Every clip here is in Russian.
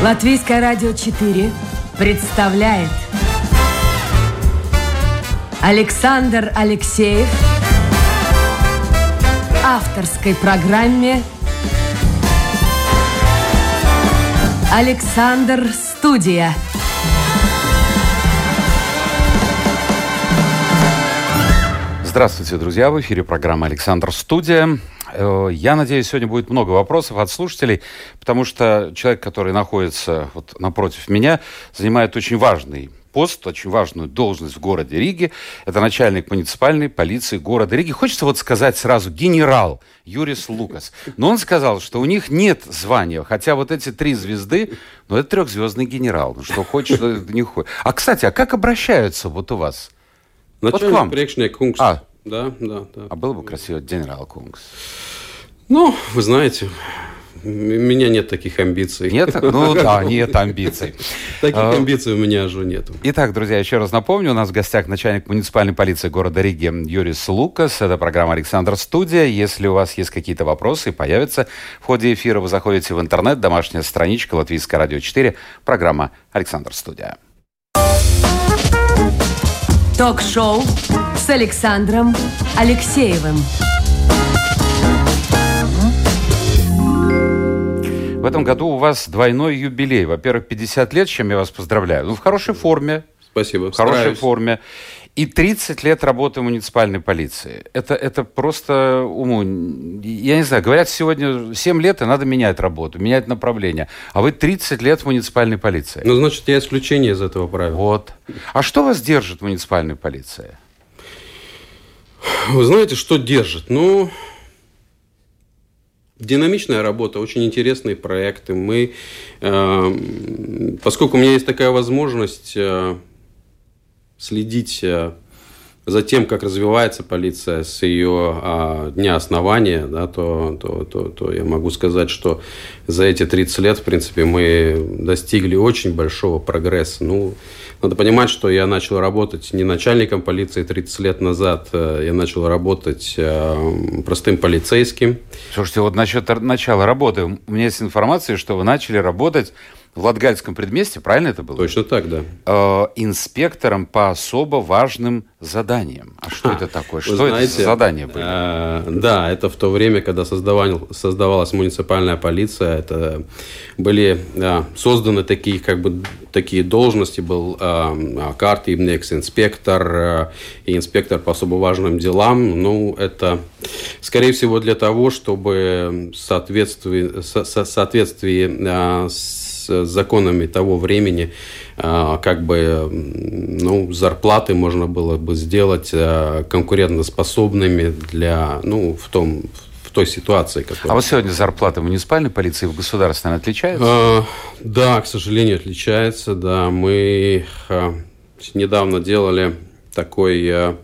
Латвийское радио 4 представляет Александр Алексеев в авторской программе «Александр Студия». Здравствуйте, друзья! В эфире программа «Александр Студия». Я надеюсь, сегодня будет много вопросов от слушателей, потому что человек, который находится вот напротив меня, занимает очень важный пост, очень важную должность в городе Риге. Это начальник муниципальной полиции города Риги. Хочется вот сказать сразу генерал Юрис Лукас. Но он сказал, что у них нет звания, хотя вот эти 3 звезды, ну это 3-звездный генерал. Ну что хочешь, что не хочешь. А, кстати, как обращаются вот у вас? Начальник, вот к вам. Прекшник Кунгс. Да. А было бы красиво генерал Кунгс. Ну, вы знаете, у меня нет таких амбиций. Нет? Ну да, нет амбиций. Таких амбиций у меня же нету. Итак, друзья, еще раз напомню, у нас в гостях начальник муниципальной полиции города Риги Юрис Лукас. Это программа «Александр Студия». Если у вас есть какие-то вопросы и появятся в ходе эфира, вы заходите в интернет, домашняя страничка Латвийское радио 4, программа «Александр Студия». Ток-шоу с Александром Алексеевым. В этом году у вас двойной юбилей. Во-первых, 50 лет, с чем я вас поздравляю. Ну, в хорошей форме. Спасибо. В хорошей форме. И 30 лет работы в муниципальной полиции. Это просто уму. Я не знаю, говорят, сегодня 7 лет, и надо менять работу, менять направление. А вы 30 лет в муниципальной полиции. Ну, значит, я исключение из этого правила. Вот. А что вас держит в муниципальной полиции? Вы знаете, что держит? Ну, динамичная работа, очень интересные проекты. Поскольку у меня есть такая возможность следить за тем, как развивается полиция с ее дня основания, да, то я могу сказать, что за эти 30 лет, в принципе, мы достигли очень большого прогресса. Ну, надо понимать, что я начал работать не начальником полиции 30 лет назад, я начал работать простым полицейским. Слушайте, вот насчет начала работы. У меня есть информация, что вы начали работать в Латгальском предместье, правильно это было? Точно так, да. Инспектором по особо важным заданиям. А что это такое? Что знаете, это за задания были? Да, это в то время, когда создавалась муниципальная полиция, это были созданы такие должности. Был kārtībnieks, инспектор и инспектор по особо важным делам. Ну, это, скорее всего, для того, чтобы в соответствии с законами того времени зарплаты можно было бы сделать конкурентоспособными в той ситуации, которая... А вот сегодня зарплата в муниципальной полиции и в государственной отличаются? Да, к сожалению, отличается. Да, мы недавно делали такой,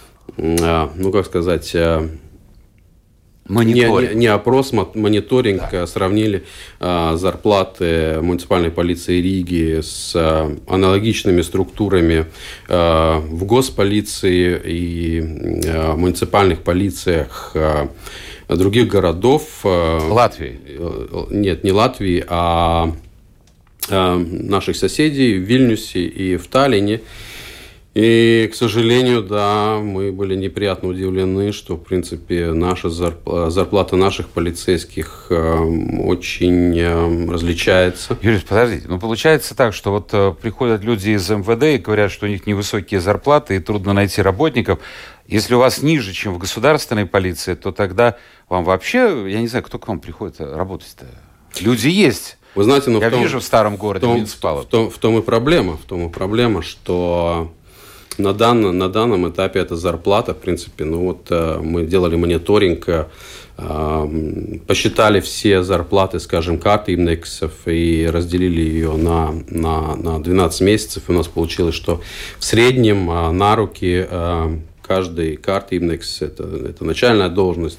Не опрос, мониторинг, сравнили зарплаты муниципальной полиции Риги с аналогичными структурами в госполиции и муниципальных полициях других городов. Латвии? Нет, не Латвии, а наших соседей в Вильнюсе и в Таллине. И, к сожалению, да, мы были неприятно удивлены, что, в принципе, зарплата наших полицейских очень различается. Юрий, подождите, получается так, что вот приходят люди из МВД и говорят, что у них невысокие зарплаты и трудно найти работников. Если у вас ниже, чем в государственной полиции, то тогда вам вообще, я не знаю, кто к вам приходит работать-то? Люди есть. Вы знаете, я вижу в старом городе муниципалов. В том и проблема, что... На данном этапе это зарплата, в принципе. Мы делали мониторинг, посчитали все зарплаты, скажем, kārtībnieksов и разделили ее на 12 месяцев. И у нас получилось, что в среднем на руки каждый kārtībnieks, это начальная должность,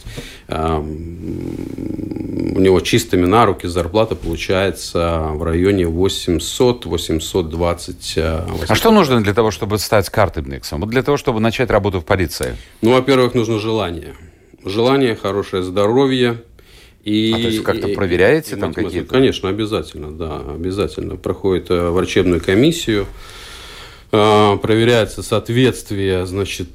у него чистыми на руки зарплата получается в районе 800-820. А что нужно для того, чтобы стать kārtībnieksом? Вот для того, чтобы начать работу в полиции? Во-первых, нужно желание. Желание, хорошее здоровье И, то есть как-то проверяете там какие-то? Come обязательно, да, обязательно. Проходит врачебную комиссию, проверяется соответствие, значит,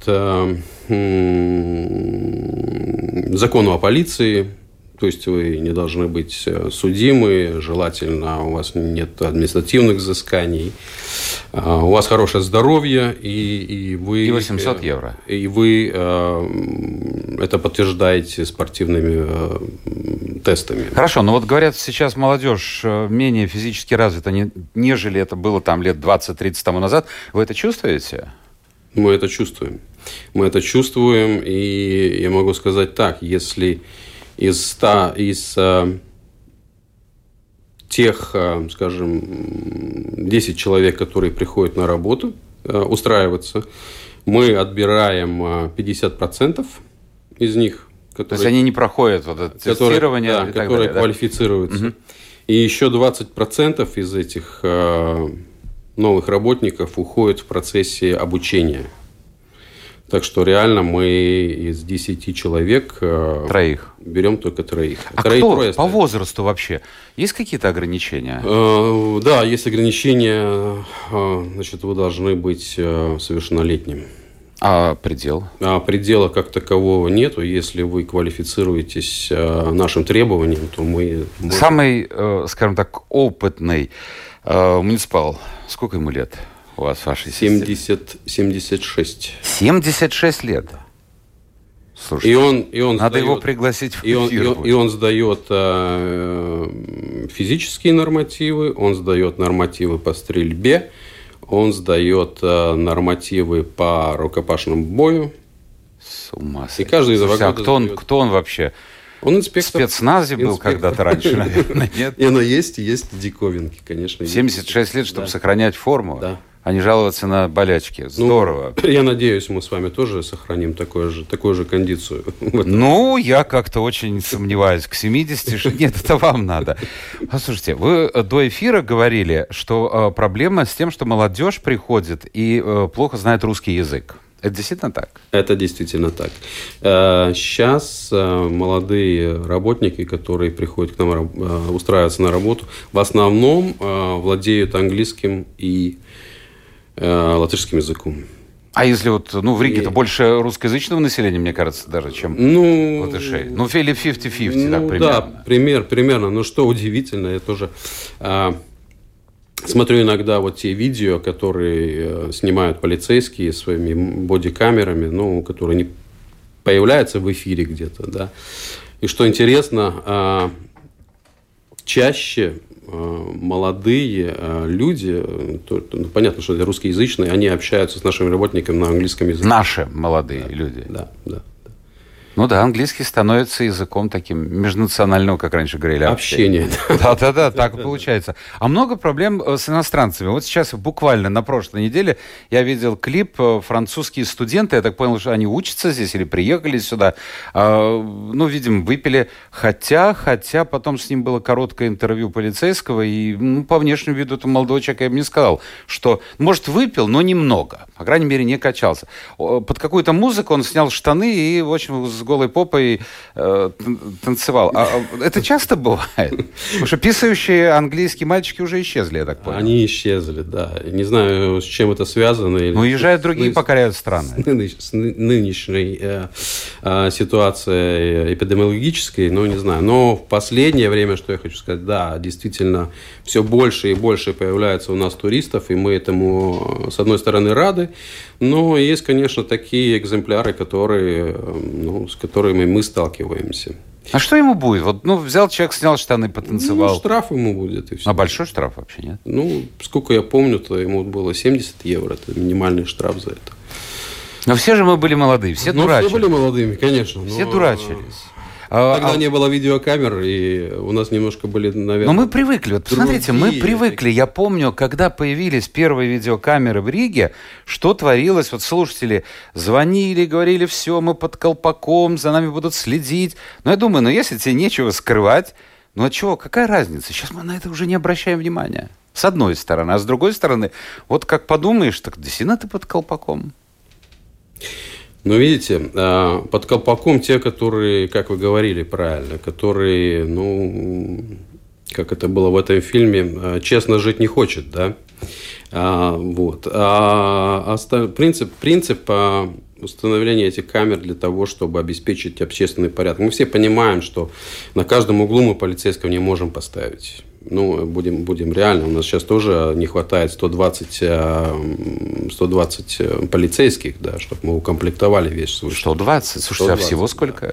закону о полиции. То есть вы не должны быть судимы, желательно у вас нет административных взысканий, у вас хорошее здоровье, и вы... И 800 евро. И вы это подтверждаете спортивными тестами. Хорошо, но вот говорят, сейчас молодежь менее физически развита, нежели это было там лет 20-30 тому назад. Вы это чувствуете? Мы это чувствуем. Мы это чувствуем, и я могу сказать так, если... Из тех, скажем, 10 человек, которые приходят на работу устраиваться, мы отбираем 50% из них, которые... То есть они не проходят вот это тестирование? Да, которые квалифицируются. Угу. И еще 20% из этих новых работников уходят в процессе обучения. Так что реально мы из 10 человек берем только троих. А кто по возрасту вообще? Есть какие-то ограничения? Да, есть ограничения. Значит, вы должны быть совершеннолетним. А предел? Предела как такового нету. Если вы квалифицируетесь нашим требованиям, то мы... Самый, скажем так, опытный муниципал, сколько ему лет? У вас вашей 76. 76 лет? Слушайте, и он надо сдает, его пригласить в эфир. И он сдает физические нормативы, он сдает нормативы по стрельбе, он сдает нормативы по рукопашному бою. С ума сойти. И каждый кто он вообще? Он инспектор. В спецназе был когда-то раньше, наверное, нет? И оно есть диковинки, конечно. 76 лет, чтобы сохранять форму, да. А не жаловаться на болячки. Здорово. Я надеюсь, мы с вами тоже сохраним такую же кондицию. Ну, я как-то очень сомневаюсь. К 70... Нет, это вам надо. Послушайте, вы до эфира говорили, что проблема с тем, что молодежь приходит и плохо знает русский язык. Это действительно так? Это действительно так. Сейчас молодые работники, которые приходят к нам устраиваться на работу, в основном владеют английским и латышским языком. А если вот, в Риге-то больше русскоязычного населения, мне кажется, даже, чем латышей. Или 50-50, так примерно. Да, примерно. Но что удивительно, я тоже... Смотрю иногда вот те видео, которые снимают полицейские своими бодикамерами, которые не появляются в эфире где-то, да. И что интересно, чаще молодые люди, понятно, что это русскоязычные, они общаются с нашими работниками на английском языке. Наши молодые люди. Да. Ну да, английский становится языком таким межнационального, как раньше говорили. Общение. Да, так и получается. А много проблем с иностранцами. Вот сейчас буквально на прошлой неделе я видел клип «Французские студенты». Я так понял, что они учатся здесь или приехали сюда. Видимо, выпили. Хотя потом с ним было короткое интервью полицейского. И по внешнему виду этого молодого человека я бы не сказал, что, может, выпил, но немного. По крайней мере, не качался. Под какую-то музыку он снял штаны и, в общем, с голой попой танцевал. Это часто бывает? Потому что писающие английские мальчики уже исчезли, я так понял. Они исчезли, да. Не знаю, с чем это связано. Уезжают другие, покоряют страны. С нынешней ситуацией эпидемиологической, не знаю. Но в последнее время, что я хочу сказать, да, действительно, все больше и больше появляется у нас туристов, и мы этому, с одной стороны, рады, но есть, конечно, такие экземпляры, с которыми мы сталкиваемся. А что ему будет? Взял человек, снял штаны, потанцевал. Штраф ему будет, и все. А большой штраф вообще нет? Сколько я помню, то ему было 70 евро. Это минимальный штраф за это. Но все же мы были молодые, все дурачились. Все были молодыми, конечно. Все дурачились. Тогда не было видеокамер, и у нас немножко были, наверное... Но мы привыкли. Вот посмотрите, мы привыкли. Я помню, когда появились первые видеокамеры в Риге, что творилось. Вот слушатели звонили, говорили, все, мы под колпаком, за нами будут следить. Но я думаю, если тебе нечего скрывать, а чего, какая разница? Сейчас мы на это уже не обращаем внимания. С одной стороны. А с другой стороны, вот как подумаешь, так действительно ты под колпаком. Но видите, под колпаком те, которые, как вы говорили правильно, которые, как это было в этом фильме, честно жить не хочет, да? Принцип установления этих камер для того, чтобы обеспечить общественный порядок. Мы все понимаем, что на каждом углу мы полицейского не можем поставить. Будем реально. У нас сейчас тоже не хватает 120 полицейских, да, чтобы мы укомплектовали весь свой. 120? Слушайте, 120, а всего сколько?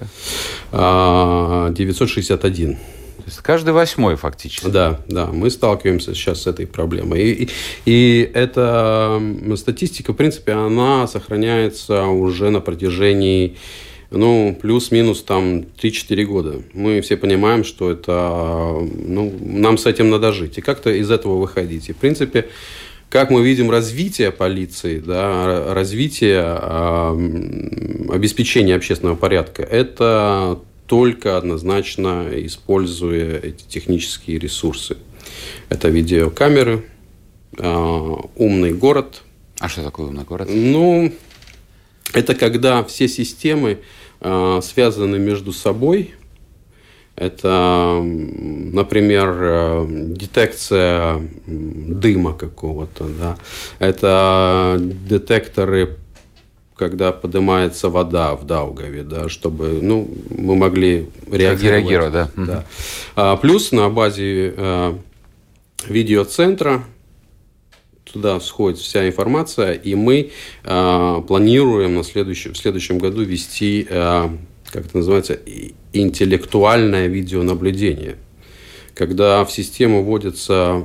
961. То есть каждый 8-й фактически. Да, мы сталкиваемся сейчас с этой проблемой. И эта статистика, в принципе, она сохраняется уже на протяжении, плюс-минус там 3-4 года. Мы все понимаем, что это, нам с этим надо жить. И как-то из этого выходить. И, в принципе, как мы видим развитие полиции, да, развитие обеспечения общественного порядка, это только однозначно используя эти технические ресурсы. Это видеокамеры, умный город. А что такое умный город? Это когда все системы связаны между собой. Это, например, детекция дыма какого-то. Да? Это детекторы, когда поднимается вода в Даугаве, да, чтобы мы могли реагировать. Да. Да. Плюс на базе видеоцентра туда сходит вся информация, и мы планируем в следующем году вести, как это называется, интеллектуальное видеонаблюдение, когда в систему вводится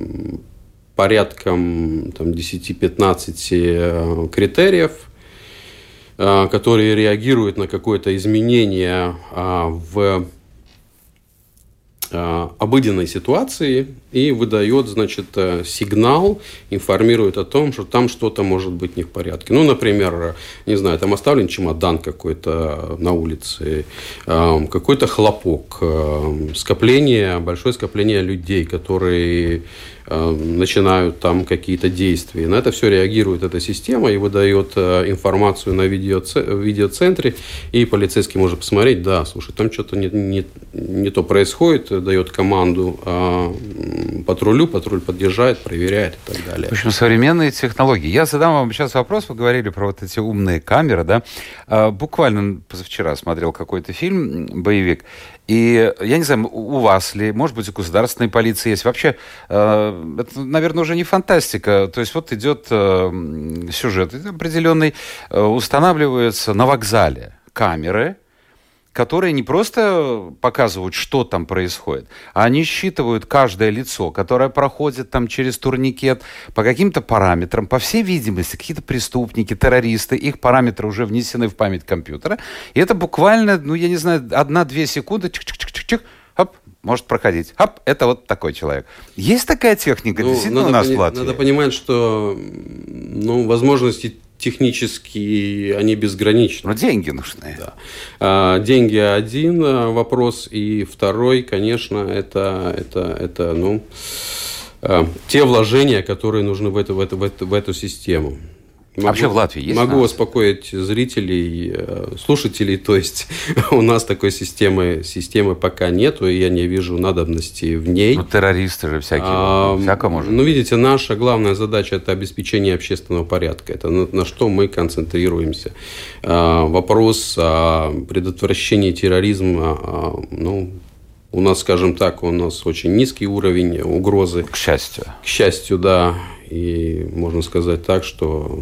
порядком 10-15 критериев, которые реагируют на какое-то изменение в обыденной ситуации и выдает, сигнал, информирует о том, что там что-то может быть не в порядке. Например, не знаю, там оставлен чемодан какой-то на улице, какой-то хлопок, большое скопление людей, которые начинают там какие-то действия. На это все реагирует эта система и выдает информацию на видеоцентре, и полицейский может посмотреть, да, слушай, там что-то не то происходит, дает команду патруль подъезжает, проверяет и так далее. В общем, современные технологии. Я задам вам сейчас вопрос, вы говорили про вот эти умные камеры, да? Буквально позавчера смотрел какой-то фильм, боевик, и я не знаю, у вас ли, может быть, у государственной полиции есть. Вообще, это, наверное, уже не фантастика. То есть вот идет сюжет определенный, устанавливаются на вокзале камеры, которые не просто показывают, что там происходит, а они считывают каждое лицо, которое проходит там через турникет по каким-то параметрам. По всей видимости, какие-то преступники, террористы, их параметры уже внесены в память компьютера. И это буквально, 1-2 секунды, чик-чик-чик-чик, хоп, может проходить. Хоп, это вот такой человек. Есть такая техника действительно у нас в Латвии? Надо понимать, что возможности технически они безграничны. Но деньги нужны. Да. Деньги один вопрос, и второй, конечно, это те вложения, которые нужны в эту систему. Вообще в Латвии есть? Могу успокоить зрителей, слушателей, то есть у нас такой системы пока нету, и я не вижу надобности в ней. Террористы же всякие, всяко может. Видите, наша главная задача – это обеспечение общественного порядка. Это на что мы концентрируемся. Вопрос о предотвращении терроризма, у нас, скажем так, у нас очень низкий уровень угрозы. К счастью. К счастью, да. И можно сказать так, что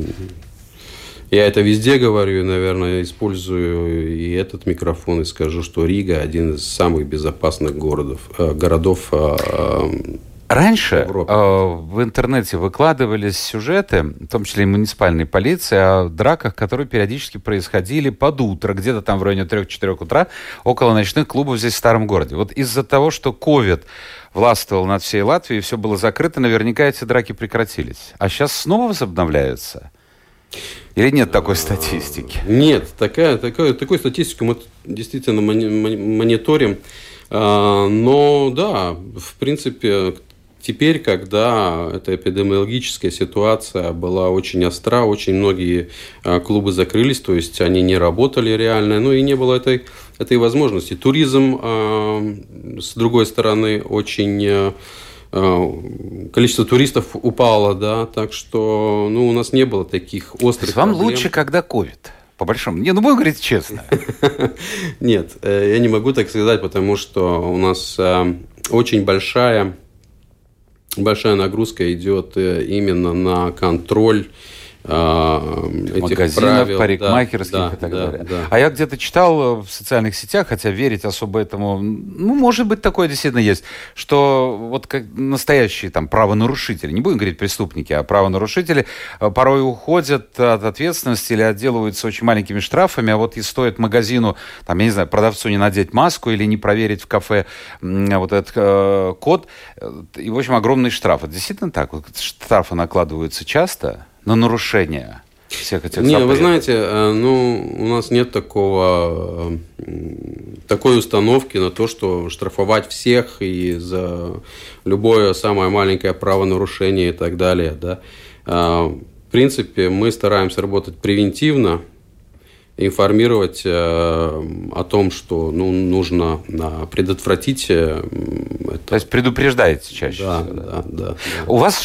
я это везде говорю, наверное, использую и этот микрофон, и скажу, что Рига один из самых безопасных городов Раньше в интернете выкладывались сюжеты, в том числе и муниципальной полиции, о драках, которые периодически происходили под утро, где-то там в районе 3-4 утра, около ночных клубов здесь в старом городе. Вот из-за того, что ковид властвовал над всей Латвией, все было закрыто, наверняка эти драки прекратились. А сейчас снова возобновляются? Или нет такой статистики? Нет, такой статистику мы действительно мониторим. Но да, в принципе, теперь, когда эта эпидемиологическая ситуация была очень остра, очень многие клубы закрылись, то есть они не работали реально, и не было этой возможности. Туризм, с другой стороны, количество туристов упало, да, так что у нас не было таких острых проблем. Вам лучше, когда ковид? По большому. Будем говорить честно. Нет, я не могу так сказать, потому что у нас очень большая нагрузка идет именно на контроль этих магазинов, правил, парикмахерских и так далее. Да. А я где-то читал в социальных сетях, хотя верить особо этому, может быть, такое действительно есть, что вот как настоящие там правонарушители, не будем говорить преступники, а правонарушители порой уходят от ответственности или отделываются очень маленькими штрафами, а вот и стоит магазину, там, я не знаю, продавцу не надеть маску или не проверить в кафе вот этот код, и, в общем, огромный штраф. Это действительно так? Вот штрафы накладываются часто на нарушение всех этих запретов? Вы знаете, у нас нет такой установки на то, что штрафовать всех и за любое самое маленькое правонарушение и так далее. Да. В принципе, мы стараемся работать превентивно, информировать о том, что нужно предотвратить это. То есть предупреждаете чаще всего? Да. У вас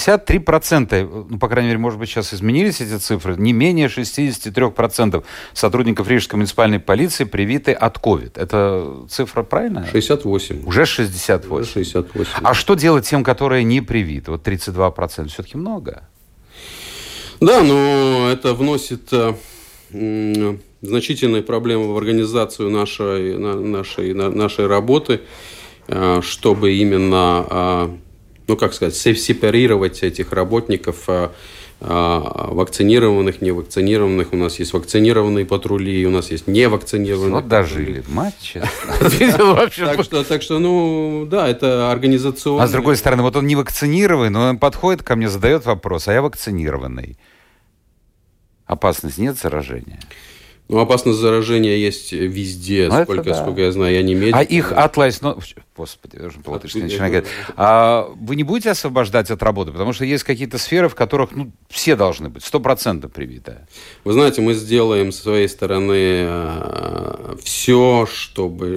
63%, по крайней мере, может быть, сейчас изменились эти цифры, не менее 63% сотрудников Рижской муниципальной полиции привиты от COVID. Это цифра правильная? 68. Уже 68? Уже 68. А что делать тем, которые не привиты? Вот 32%. Все-таки много? Да, но это вносит значительные проблемы в организацию нашей работы, чтобы именно, сепарировать этих работников, вакцинированных, невакцинированных. У нас есть вакцинированные патрули, у нас есть невакцинированные. Вот дожили, мать честно. Так что, это организационно. А с другой стороны, вот он не вакцинированный, но он подходит ко мне, задает вопрос, а я вакцинированный. Опасность нет заражения? Опасность заражения есть везде, сколько я знаю, я не медик. А их Господи, я уже по-латышски начинаю говорить. А вы не будете освобождать от работы? Потому что есть какие-то сферы, в которых все должны быть 100% привитые. Вы знаете, мы сделаем с своей стороны все, чтобы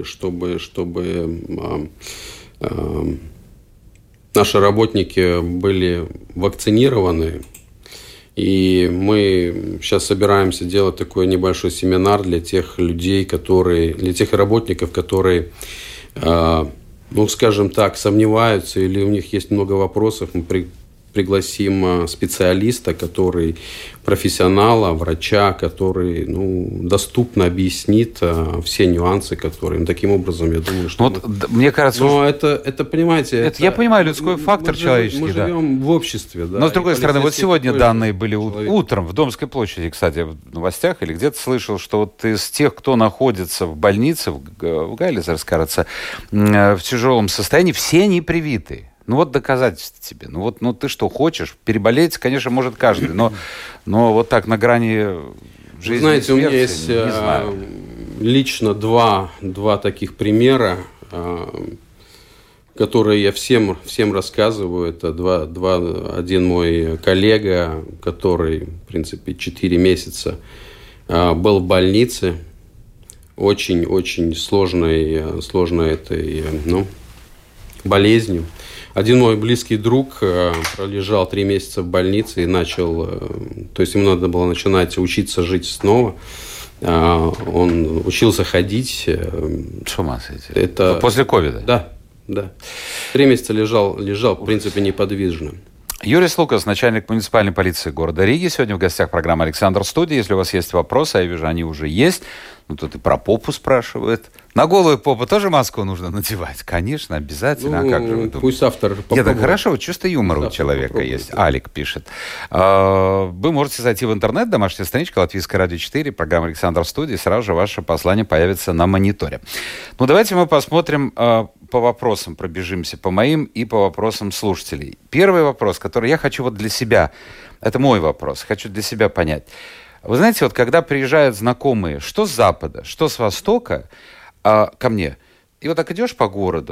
наши работники были вакцинированы. И мы сейчас собираемся делать такой небольшой семинар для тех работников, которые, скажем так, сомневаются или у них есть много вопросов. Мы пригласим специалиста, профессионала, врача, который доступно объяснит все нюансы, которые... таким образом, я думаю, что... мне кажется... Но это понимаете... Я понимаю, людской фактор человеческий. Мы живем в обществе, да. Но, с другой стороны, вот сегодня данные были утром в Домской площади, кстати, в новостях, или где-то слышал, что вот из тех, кто находится в больнице, в Галлизерс, кажется, в тяжелом состоянии, все они привиты. Доказательство тебе. Ты что, хочешь? Переболеть, конечно, может каждый, но вот так на грани жизни. Знаете, смерти, у меня есть лично два таких примера, которые я всем рассказываю. Это один мой коллега, который, в принципе, 4 месяца был в больнице, очень сложной этой болезнью. Один мой близкий друг пролежал 3 месяца в больнице и то есть ему надо было начинать учиться жить снова. Он учился ходить. С ума сойти. После ковида? Да. 3 месяца лежал, в принципе, неподвижно. Юрис Лукас, начальник муниципальной полиции города Риги. Сегодня в гостях программы «Александр Студия». Если у вас есть вопросы, я вижу, они уже есть. Тут и про попу спрашивают. На голую попу тоже маску нужно надевать? Конечно, обязательно. А как же вы думаете? Пусть автор попробует. Нет, хорошо, чувство юмора у человека есть. Алик пишет. Вы можете зайти в интернет, домашняя страничка Латвийское радио 4, программа «Александр Студия», сразу же ваше послание появится на мониторе. Давайте мы посмотрим по вопросам, пробежимся по моим и по вопросам слушателей. Первый вопрос, который я хочу для себя, это мой вопрос, хочу для себя понять. Вы знаете, когда приезжают знакомые, что с запада, что с востока, ко мне, и так идешь по городу,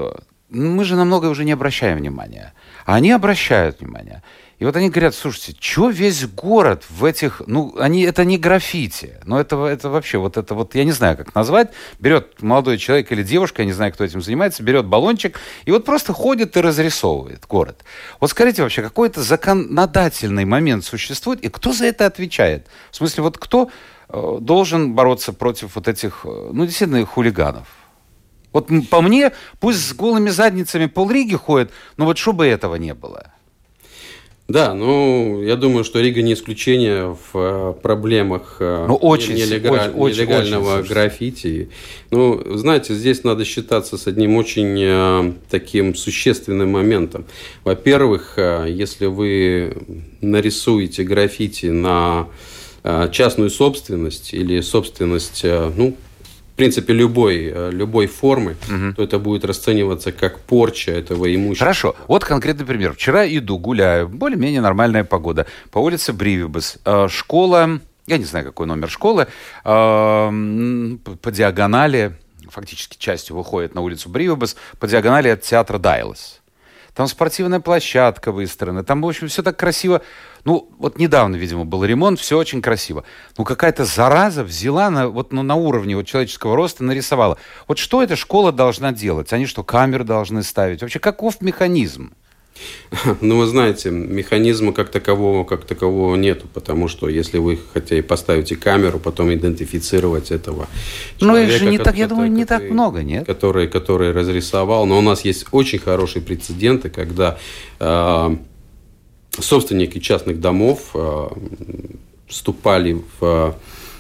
мы же на многое уже не обращаем внимания. А они обращают внимание. И вот они говорят, слушайте, что весь город в этих... это не граффити. Но это вообще, я не знаю, как назвать. Берет молодой человек или девушка, я не знаю, кто этим занимается, берет баллончик и вот просто ходит и разрисовывает город. Вот скажите вообще, какой-то законодательный момент существует, и кто за это отвечает? В смысле, вот кто должен бороться против вот этих, действительно, хулиганов? Вот по мне, пусть с голыми задницами полриги ходят, но вот чтобы этого не было. Да, я думаю, что Рига не исключение в проблемах нелегального граффити. Знаете, здесь надо считаться с одним очень таким существенным моментом. Во-первых, если вы нарисуете граффити на частную собственность или собственность, в принципе, любой формы, то это будет расцениваться как порча этого имущества. Хорошо. Вот конкретный пример. Вчера иду, гуляю, более-менее нормальная погода. По улице Бривибас. Школа, я не знаю, какой номер школы, по диагонали, фактически частью выходит на улицу Бривибас, по диагонали от театра Дайлас. Там спортивная площадка выстроена, там, в общем, все так красиво. Вот недавно, видимо, был ремонт, все очень красиво. Какая-то зараза взяла на уровне человеческого роста, нарисовала. Вот что эта школа должна делать? Они что, камеры должны ставить? Вообще, каков механизм? Вы знаете, механизма как такового нету, потому что если вы хотя и поставите камеру, потом идентифицировать этого человека, их же не так, я думаю, не так много, нет? Который разрисовал. Но у нас есть очень хорошие прецеденты, когда собственники частных домов вступали в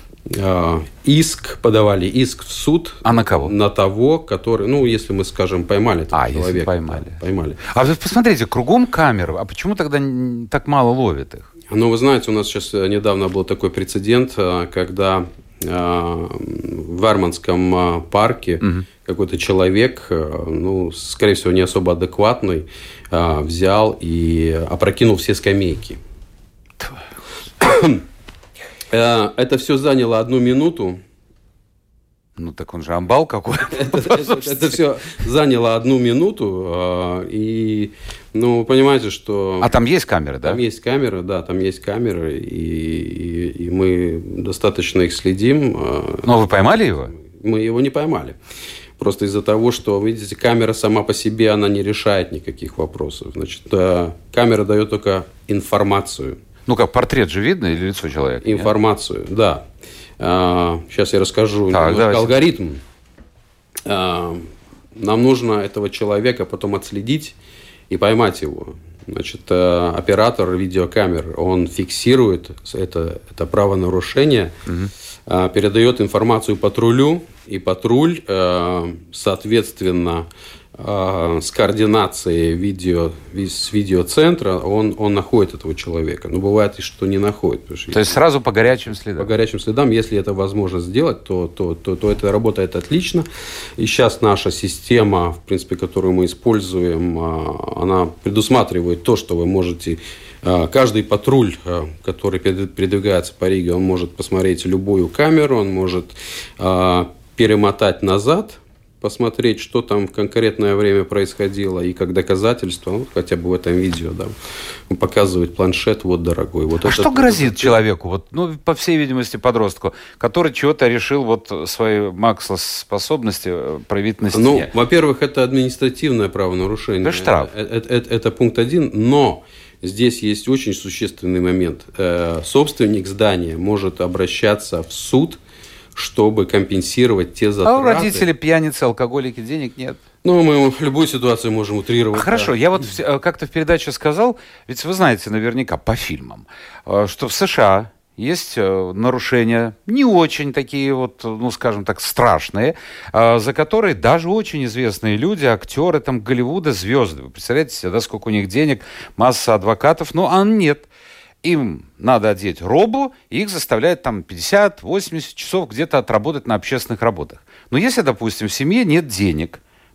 подавали иск в суд. А на кого? На того, который, если мы, скажем, поймали этого человека. Если поймали. Да, поймали. А вы посмотрите, кругом камеры, а почему тогда так мало ловят их? Вы знаете, у нас сейчас недавно был такой прецедент, когда в Арманском парке какой-то человек, скорее всего, не особо адекватный, взял и опрокинул все скамейки. Это все заняло 1 минуту. Так он же амбал какой-то. Это все заняло 1 минуту. И, понимаете, что... А там есть камеры, да? Там есть камеры, да, там есть камеры. И мы достаточно их следим. Но вы поймали его? Мы его не поймали. Просто из-за того, что, видите, камера сама по себе, она не решает никаких вопросов. Значит, камера дает только информацию. Как портрет же видно или лицо человека? Информацию, нет? Да. Сейчас я расскажу алгоритм. Нам нужно этого человека потом отследить и поймать его. Значит, оператор видеокамер, он фиксирует это правонарушение, передает информацию патрулю, и патруль, соответственно, с координацией с видеоцентра, он находит этого человека. Но бывает и что не находит. То есть сразу по горячим следам? По горячим следам. Если это возможно сделать, то это работает отлично. И сейчас наша система, в принципе, которую мы используем, она предусматривает то, что вы можете... Каждый патруль, который передвигается по Риге, он может посмотреть любую камеру, он может перемотать назад, посмотреть, что там в конкретное время происходило, и как доказательство, хотя бы в этом видео, показывать планшет, дорогой. Что грозит человеку, по всей видимости, подростку, который чего-то решил свои макс-способности проявить на стене? Во-первых, это административное правонарушение. Это штраф. Это пункт 1, но здесь есть очень существенный момент. Собственник здания может обращаться в суд, чтобы компенсировать те затраты. А у родителей пьяницы, алкоголики, денег нет. Мы любую ситуацию можем утрировать. Хорошо, да. Я как-то в передаче сказал, ведь вы знаете наверняка по фильмам, что в США есть нарушения не очень такие скажем так, страшные, за которые даже очень известные люди, актеры Голливуда, звезды. Вы представляете себе, сколько у них денег, масса адвокатов, нет. Им надо одеть робу, и их заставляют 50-80 часов где-то отработать на общественных работах. Но если, допустим, в семье нет денег,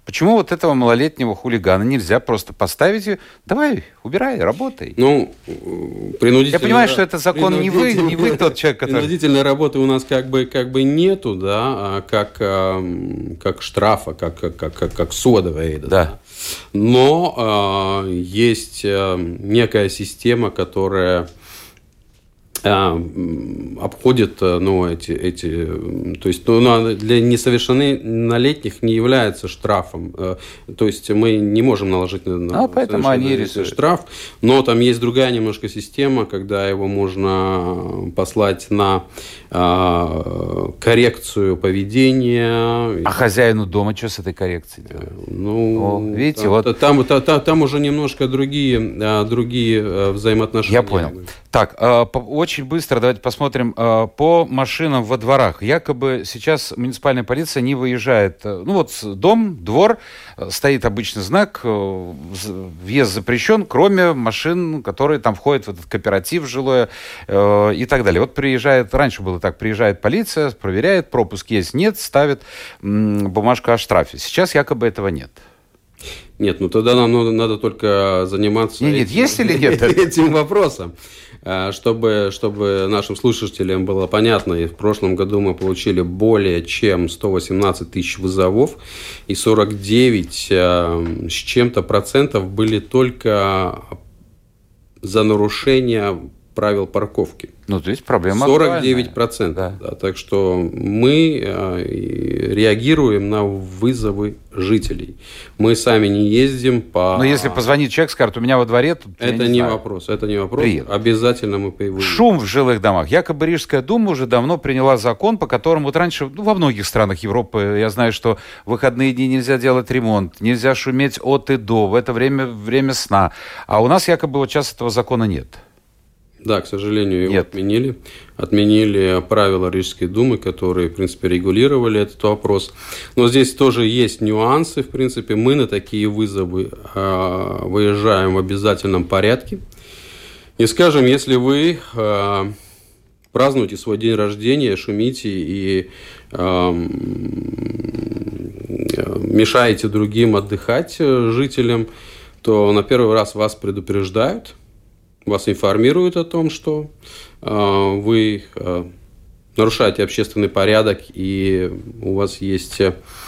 Почему вот этого малолетнего хулигана нельзя просто поставить и давай, убирай, работай? Ну, принудительная... Я понимаю, что это закон не вы тот человек, который... Принудительной работы у нас как бы нету, да, как штрафа, как содовая. Да. Но есть некая система, которая обходит, то есть для несовершеннолетних не является штрафом. То есть мы не можем наложить на поэтому они рисуют штраф, но там есть другая немножко система, когда его можно послать на коррекцию поведения. А хозяину дома что с этой коррекцией делать? Ну, видите, там уже немножко другие взаимоотношения. Я понял. Так, очень быстро давайте посмотрим по машинам во дворах. Якобы сейчас муниципальная полиция не выезжает. Двор, стоит обычный знак, въезд запрещен, кроме машин, которые там входят в этот кооператив жилой и так далее. Вот раньше было так, приезжает полиция, проверяет, пропуск есть, нет, ставит бумажку о штрафе. Сейчас якобы этого нет. Нет, тогда нам надо только заниматься есть или нет этим вопросом. Чтобы нашим слушателям было понятно, и в прошлом году мы получили более чем 118 тысяч вызовов, и 49 с чем-то процентов были только за нарушение правил парковки. То есть проблема 49%. Да. Так что мы реагируем на вызовы жителей. Мы сами не ездим по... Но если позвонит человек, скажет, у меня во дворе... Это не вопрос. Приедут. Обязательно мы появимся. Шум в жилых домах. Якобы Рижская дума уже давно приняла закон, по которому вот раньше, во многих странах Европы, я знаю, что в выходные дни нельзя делать ремонт, нельзя шуметь от и до, в это время сна. А у нас якобы вот сейчас этого закона нет. Да, к сожалению, его отменили. Отменили правила Рижской думы, которые, в принципе, регулировали этот вопрос. Но здесь тоже есть нюансы. В принципе, мы на такие вызовы выезжаем в обязательном порядке. И, скажем, если вы празднуете свой день рождения, шумите и мешаете другим отдыхать, жителям, то на первый раз вас предупреждают, вас информируют о том, что вы нарушаете общественный порядок, и у вас есть,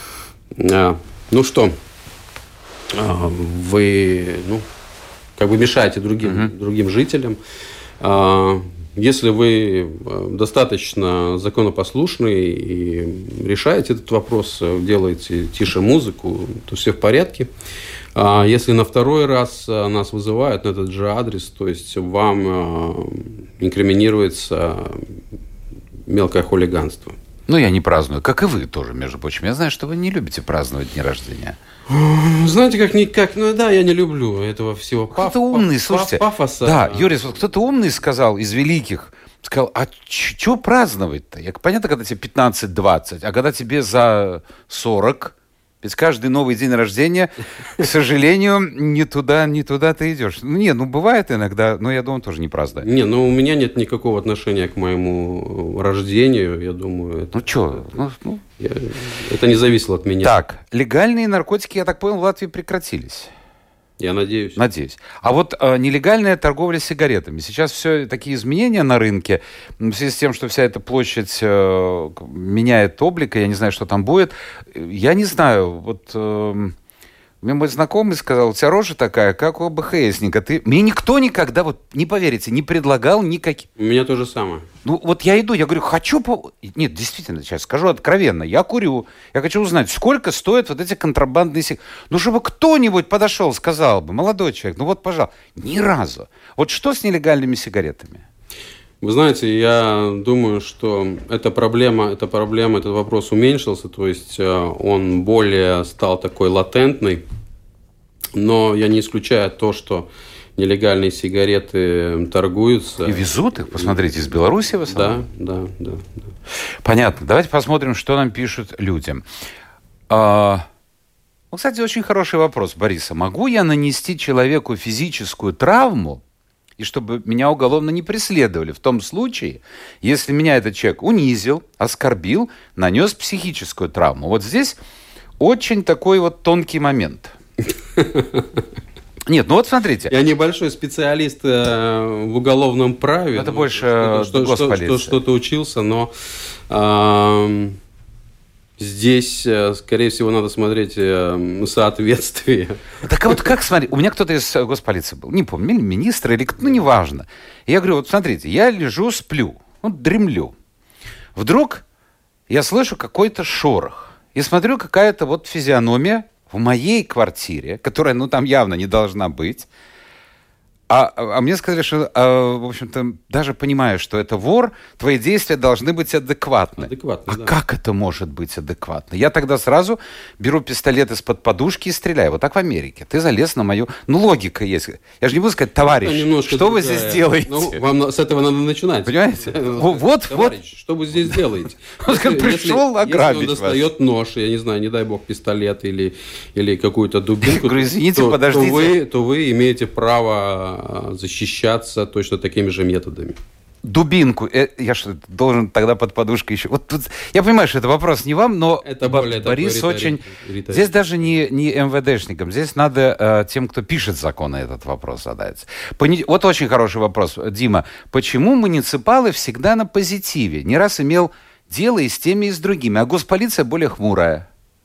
вы мешаете другим жителям. Если вы достаточно законопослушны и решаете этот вопрос, делаете тише музыку, то все в порядке. Если на второй раз нас вызывают на этот же адрес, то есть вам инкриминируется мелкое хулиганство. Я не праздную, как и вы тоже, между прочим. Я знаю, что вы не любите праздновать дни рождения. Знаете, я не люблю этого всего кто-то умный, слушайте. Пафоса. Да, Юрий, кто-то умный сказал, из великих, сказал, а что праздновать-то? Понятно, когда тебе 15-20, а когда тебе за 40... Ведь каждый новый день рождения, к сожалению, не туда ты идешь. Бывает иногда, но я думаю, тоже не празднует. У меня нет никакого отношения к моему рождению, я думаю. Это не зависело от меня. Так, легальные наркотики, я так понял, в Латвии прекратились. Я надеюсь. А вот нелегальная торговля сигаретами. Сейчас все такие изменения на рынке, в связи с тем, что вся эта площадь меняет облик, я не знаю, что там будет. Я не знаю, мне мой знакомый сказал, у тебя рожа такая, как у АБХСника. Мне никто никогда, не поверите, не предлагал никаких... У меня то же самое. Я иду, я говорю, хочу... Нет, действительно, сейчас скажу откровенно, я курю, я хочу узнать, сколько стоят вот эти контрабандные сигареты. Чтобы кто-нибудь подошел, сказал бы, молодой человек, пожалуйста, ни разу. Что с нелегальными сигаретами? Вы знаете, я думаю, что этот вопрос уменьшился, то есть он более стал такой латентный, но я не исключаю то, что нелегальные сигареты торгуются. И везут их, посмотрите, из Беларуси в основном? Да. Понятно. Давайте посмотрим, что нам пишут людям. Кстати, очень хороший вопрос, Бориса. Могу я нанести человеку физическую травму, и чтобы меня уголовно не преследовали в том случае, если меня этот человек унизил, оскорбил, нанес психическую травму? Вот здесь очень такой вот тонкий момент. Нет, ну вот смотрите. Я небольшой специалист в уголовном праве. Это больше госполиция. Что-то учился, но здесь, скорее всего, надо смотреть соответствие. Так а вот как смотреть? У меня кто-то из госполиции был, не помню, или министр, или кто, ну неважно. И я говорю, вот смотрите, я лежу, сплю, вот дремлю. Вдруг я слышу какой-то шорох. И смотрю, какая-то вот физиономия в моей квартире, которая, ну, там явно не должна быть. А мне сказали, что, в общем-то, даже понимая, что это вор, твои действия должны быть адекватны. Адекватно, да. Как это может быть адекватно? Я тогда сразу беру пистолет из-под подушки и стреляю. Вот так в Америке. Ты залез на мою... Ну, логика есть. Я же не буду сказать, товарищ, что другая. Вы здесь делаете? Ну, вам с этого надо начинать. Понимаете? Вот. Товарищ, что вы здесь делаете? Он пришел ограбить вас. Если он достает нож, я не знаю, не дай бог, пистолет или какую-то дубинку, извините, подождите. То вы имеете право защищаться точно такими же методами. Дубинку. Я что, должен тогда под подушкой еще... Вот тут, я понимаю, что это вопрос не вам, но это более Борис очень... Здесь даже не МВДшникам, здесь надо тем, кто пишет законы, этот вопрос задать. Вот очень хороший вопрос, Дима. Почему муниципалы всегда на позитиве? Не раз имел дело и с теми, и с другими, а госполиция более хмурая.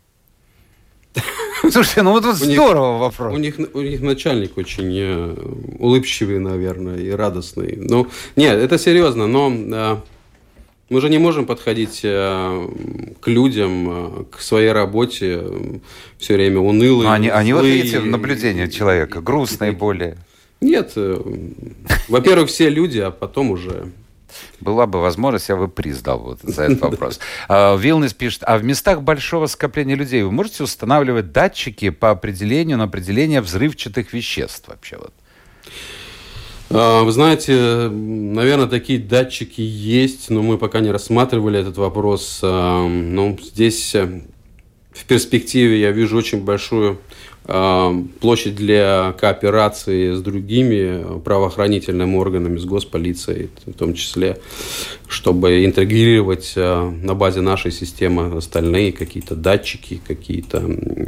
Слушайте, ну вот тут здорово вопрос. У них начальник очень улыбчивый, наверное, и радостный. Ну, нет, это серьезно, но мы же не можем подходить к людям, к своей работе все время унылые. Они вот видите, наблюдение человека, грустные более. Нет, во-первых, все люди, а потом уже... Была бы возможность, я бы приз дал вот за этот вопрос. Вилнес пишет, а в местах большого скопления людей вы можете устанавливать датчики по определению, на определение взрывчатых веществ вообще? Вот? Вы знаете, наверное, такие датчики есть, но мы пока не рассматривали этот вопрос. Но здесь в перспективе я вижу очень большую площадь для кооперации с другими правоохранительными органами, с госполицией в том числе, чтобы интегрировать на базе нашей системы остальные какие-то датчики, какие-то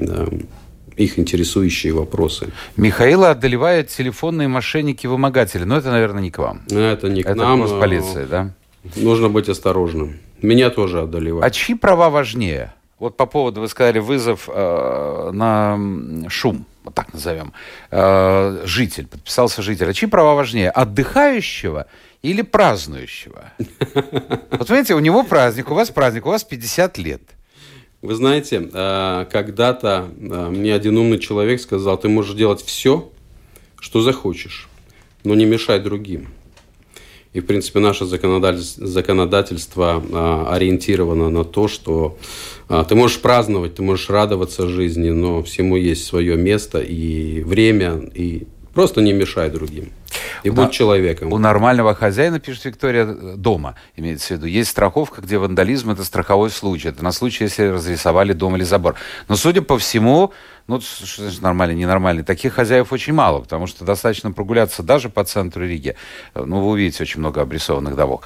их интересующие вопросы. Михаила одолевают телефонные мошенники-вымогатели, но это, наверное, не к вам. Это не к нам. Это госполиция, да? Нужно быть осторожным. Меня тоже одолевают. А чьи права важнее? Вот по поводу, вы сказали, вызов на шум, вот так назовем, житель, подписался житель. А чьи права важнее, отдыхающего или празднующего? Вот понимаете, у него праздник, у вас 50 лет. Вы знаете, когда-то мне один умный человек сказал, ты можешь делать все, что захочешь, но не мешай другим. И, в принципе, наше законодательство ориентировано на то, что ты можешь праздновать, ты можешь радоваться жизни, но всему есть свое место и время, и просто не мешай другим. И будь человеком. У нормального хозяина, пишет Виктория, дома, имеется в виду, есть страховка, где вандализм – это страховой случай. Это на случай, если разрисовали дом или забор. Но, судя по всему, ну, что значит нормальный, ненормальный, таких хозяев очень мало, потому что достаточно прогуляться даже по центру Риги. Ну, вы увидите очень много обрисованных домов.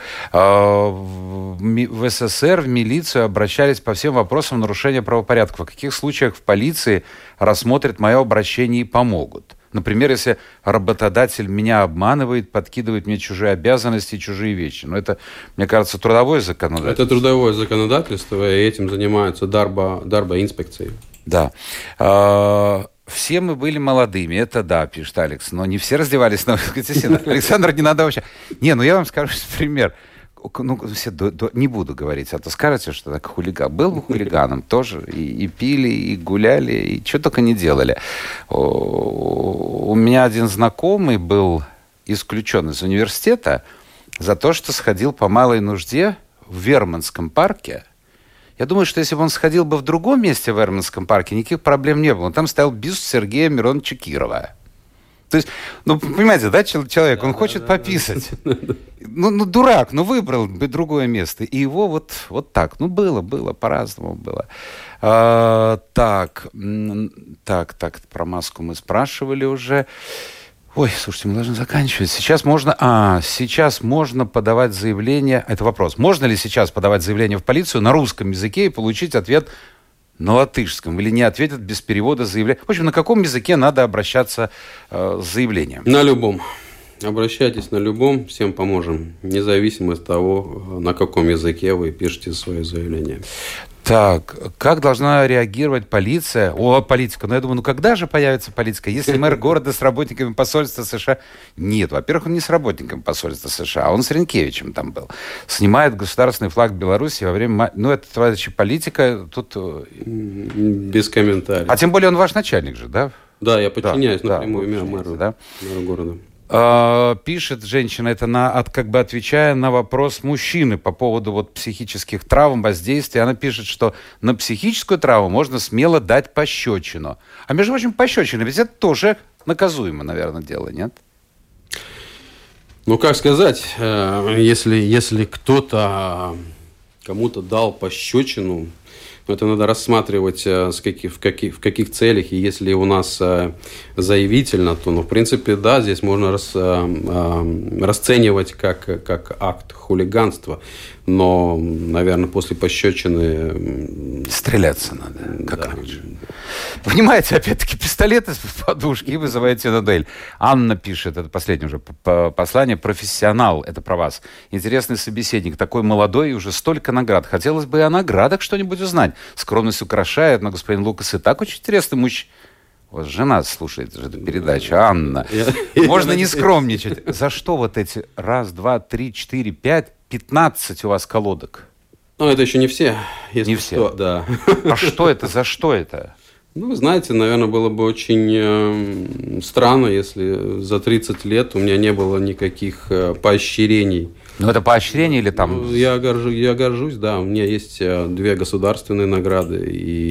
В СССР в милицию обращались по всем вопросам нарушения правопорядка. В каких случаях в полиции рассмотрят мое обращение и помогут? Например, если работодатель меня обманывает, подкидывает мне чужие обязанности, чужие вещи. Но это, мне кажется, трудовое законодательство. Это трудовое законодательство, и этим занимаются Дарба-инспекции. Да. Все мы были молодыми, это да, пишет Алекс, но не все раздевались на воскресенье. Александр, не надо вообще... Не, ну я вам скажу пример. Ну, все не буду говорить, а то скажете, что так хулиган. Был бы хулиганом тоже. И пили, и гуляли, и что только не делали. У меня один знакомый был исключен из университета за то, что сходил по малой нужде в Верманском парке. Я думаю, что если бы он сходил бы в другом месте в Верманском парке, никаких проблем не было. Там стоял бюст Сергея Мироновича Кирова. То есть, ну, понимаете, да, человек, он хочет пописать. Ну, дурак, выбрал другое место. И его вот так. Ну, было, по-разному было. Так, про маску мы спрашивали уже. Ой, слушайте, мы должны заканчивать. Сейчас можно подавать заявление... Это вопрос. Можно ли сейчас подавать заявление в полицию на русском языке и получить ответ на латышском или не ответят без перевода заявления? В общем, на каком языке надо обращаться с заявлением? На любом. Обращайтесь на любом, всем поможем, независимо от того, на каком языке вы пишете свое заявление. Так, как должна реагировать полиция? Политика. Ну, я думаю, когда же появится политика? Если мэр города с работниками посольства США... Нет, во-первых, он не с работниками посольства США, он с Ренкевичем там был. Снимает государственный флаг Беларуси во время... Ну, это, товарищи, политика, тут... Без комментариев. А тем более он ваш начальник же, да? Да, я подчиняюсь напрямую мэру города. Пишет женщина, это как бы отвечая на вопрос мужчины по поводу вот психических травм, воздействия. Она пишет, что на психическую травму можно смело дать пощечину. А между прочим, пощечина, ведь это тоже наказуемо, наверное, дело, нет? Ну, как сказать, если кто-то кому-то дал пощечину, это надо рассматривать, в каких целях. И если у нас заявительно, то, в принципе, да, здесь можно расценивать как акт хулиганства. Но, наверное, после пощечины... Стреляться надо, как да. раньше. Вынимаете, опять-таки, пистолет из подушки и вызываете на дуэль. Анна пишет, это последнее уже послание, профессионал, это про вас. Интересный собеседник, такой молодой и уже столько наград. Хотелось бы и о наградах что-нибудь узнать. Скромность украшает, но господин Лукас и так очень интересный мужчина. Вот жена слушает эту передачу, Анна. Можно не скромничать. За что вот эти 1, 2, 3, 4, 5, 15 у вас колодок? Ну, это еще не все. Не все? Что, да. А что это? За что это? Ну, вы знаете, наверное, было бы очень странно, если за 30 лет у меня не было никаких поощрений. Ну, это поощрение или там... Ну, я горжусь, да. У меня есть 2 государственные награды,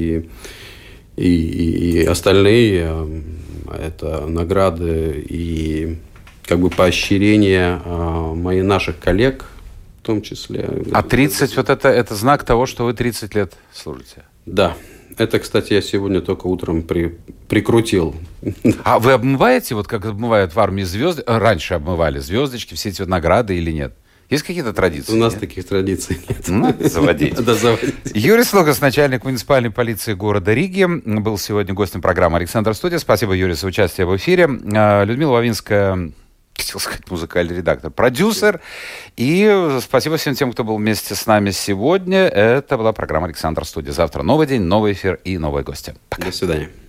и остальные это награды и как бы поощрения наших коллег в том числе. А 30, вот это знак того, что вы 30 лет служите? Да. Это, кстати, я сегодня только утром прикрутил. А вы обмываете, вот как обмывают в армии звезды, раньше обмывали звездочки, все эти вот награды или нет? Есть какие-то традиции? У нас таких традиций нет. Ну, заводите. Да, заводите. Юрий Слогос, начальник муниципальной полиции города Риги, был сегодня гостем программы «Александр Студия». Спасибо, Юрий, за участие в эфире. Людмила Вавинская, хотел сказать, музыкальный редактор, продюсер. И спасибо всем тем, кто был вместе с нами сегодня. Это была программа «Александр Студия». Завтра новый день, новый эфир и новые гости. Пока. До свидания.